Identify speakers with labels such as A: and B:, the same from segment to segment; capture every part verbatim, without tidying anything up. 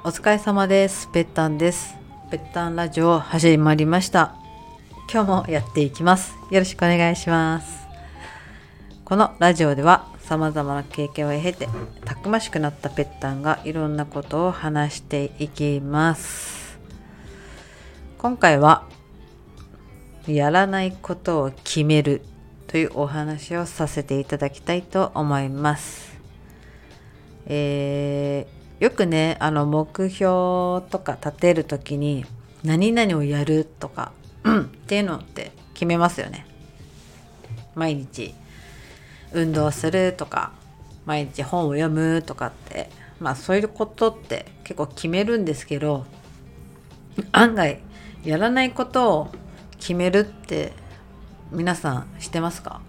A: お疲れ様です。ぺったんです。ぺったんラジオ始まりました。今日もやっていきます。よろしくお願いします。このラジオでは様々な経験を経てたくましくなったぺったんがいろんなことを話していきます。今回はやらないことを決めるというお話をさせていただきたいと思います。えーよくね、あの目標とか立てるときに何々をやるとか、うん、っていうのって決めますよね。毎日運動するとか、毎日本を読むとかって、まあそういうことって結構決めるんですけど、案外やらないことを決めるって皆さんしてますか？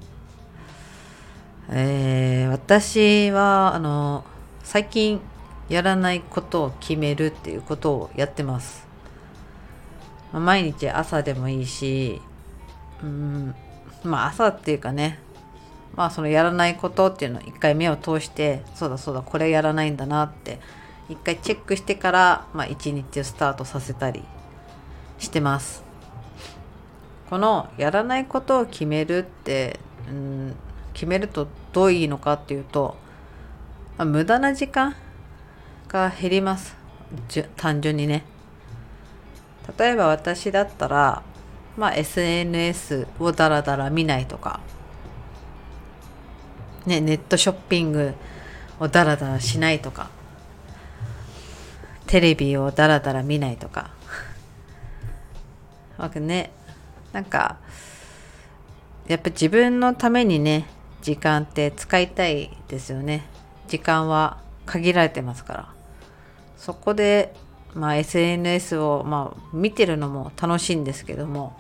A: えー、私はあの最近やらないことを決めるっていうことをやってます。まあ、毎日朝でもいいし、うーん、まあ朝っていうかね、まあそのやらないことっていうのを一回目を通して、そうだそうだこれやらないんだなって一回チェックしてから、まあ一日をスタートさせたりしてます。このやらないことを決めるって、うん、決めるとどういいのかっていうと、まあ、無駄な時間が減ります。単純にね。例えば私だったら、まあ エスエヌエス をだらだら見ないとか、ね、ネットショッピングをだらだらしないとか、テレビをだらだら見ないとか、ね、なんかやっぱ自分のためにね、時間って使いたいですよね。時間は限られてますから。そこで、まあ、エスエヌエス を、まあ、見てるのも楽しいんですけども、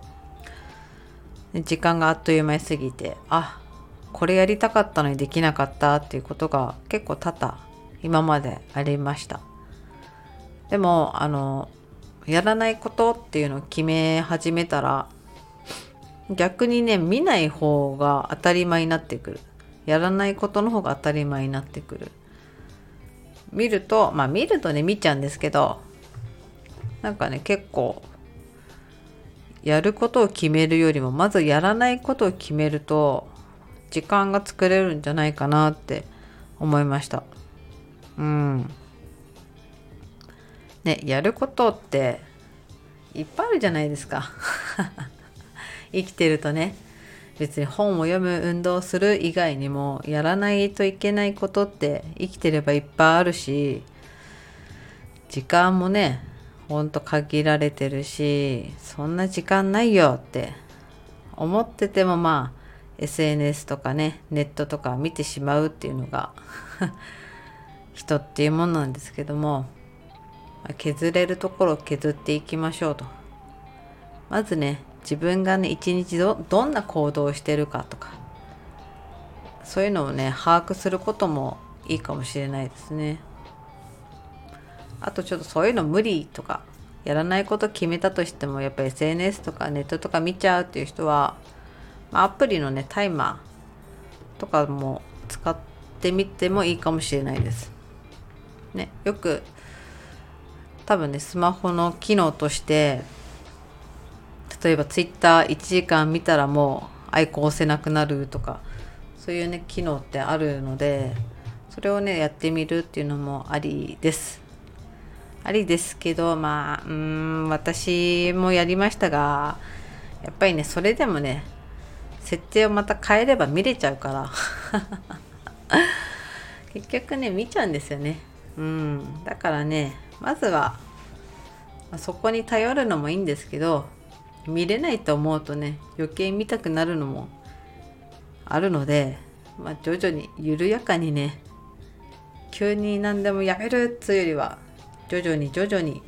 A: 時間があっという間に過ぎて、あ、これやりたかったのにできなかったっていうことが結構多々今までありました。でもあのやらないことっていうのを決め始めたら、逆にね、見ない方が当たり前になってくる。やらないことの方が当たり前になってくる。見ると、まあ見るとね、見ちゃうんですけど、なんかね、結構やることを決めるよりもまずやらないことを決めると時間が作れるんじゃないかなって思いました。うんね、やることっていっぱいあるじゃないですか。生きてるとね、別に本を読む、運動する以外にもやらないといけないことって生きてればいっぱいあるし、時間もね、ほんと限られてるし、そんな時間ないよって思ってても、まあ エスエヌエス とかね、ネットとか見てしまうっていうのが人っていうものなんですけども、削れるところを削っていきましょうと。まずね、自分がね、一日 ど, どんな行動をしてるかとか、そういうのをね、把握することもいいかもしれないですね。あとちょっとそういうの無理とか、やらないこと決めたとしても、やっぱり エスエヌエス とかネットとか見ちゃうっていう人は、アプリのね、タイマーとかも使ってみてもいいかもしれないです。ね、よく多分ね、スマホの機能として、例えばツイッターいちじかん見たらもうアイコン押せなくなるとか、そういうね、機能ってあるので、それをね、やってみるっていうのもありです。ありですけど、まあ、うーん、私もやりましたが、やっぱりね、それでもね、設定をまた変えれば見れちゃうから結局ね、見ちゃうんですよね。うん、だからね、まずはそこに頼るのもいいんですけど、見れないと思うとね、余計見たくなるのもあるので、まあ、徐々に緩やかにね、急に何でもやめるっていうよりは、徐々に徐々に、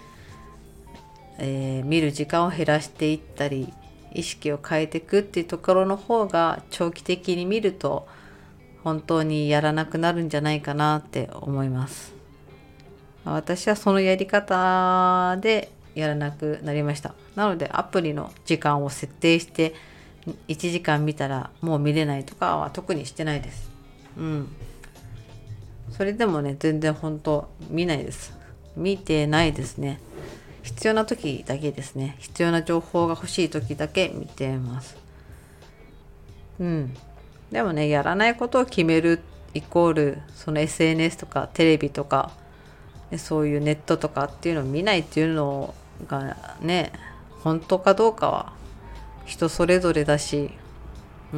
A: えー、見る時間を減らしていったり、意識を変えていくっていうところの方が長期的に見ると本当にやらなくなるんじゃないかなって思います。私はそのやり方でやらなくなりました。なのでアプリの時間を設定していちじかん見たらもう見れないとかは特にしてないです。うん。それでもね、全然本当見ないです。 見てないですね。必要な時だけですね。必要な情報が欲しい時だけ見てます。うん。でもね、やらないことを決めるイコール、その エスエヌエス とかテレビとか、そういうネットとかっていうのを見ないっていうのがね、本当かどうかは人それぞれだし、うん。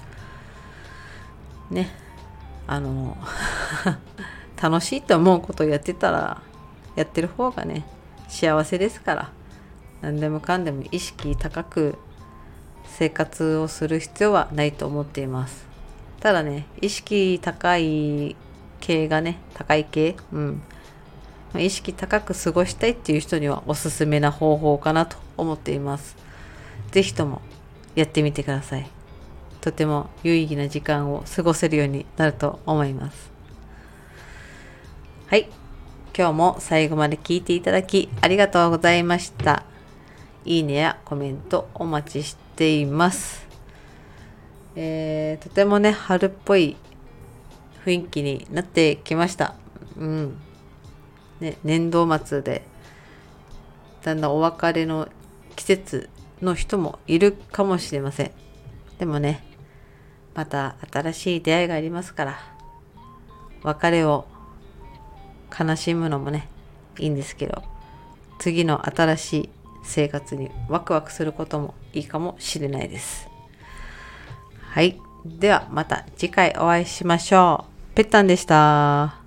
A: ね、あの、楽しいと思うことをやってたら、やってる方がね、幸せですから、何でもかんでも意識高く生活をする必要はないと思っています。ただね、意識高い系がね、高い系、うん。意識高く過ごしたいっていう人にはおすすめな方法かなと思っています。ぜひともやってみてください。とても有意義な時間を過ごせるようになると思います。はい。今日も最後まで聞いていただきありがとうございました。いいねやコメントお待ちしています。えー、とてもね、春っぽい雰囲気になってきました。うん。ね、年度末でだんだんお別れの季節の人もいるかもしれません。でもね、また新しい出会いがありますから、別れを悲しむのもね、いいんですけど、次の新しい生活にワクワクすることもいいかもしれないです。はい。ではまた次回お会いしましょう。ぺったんでした。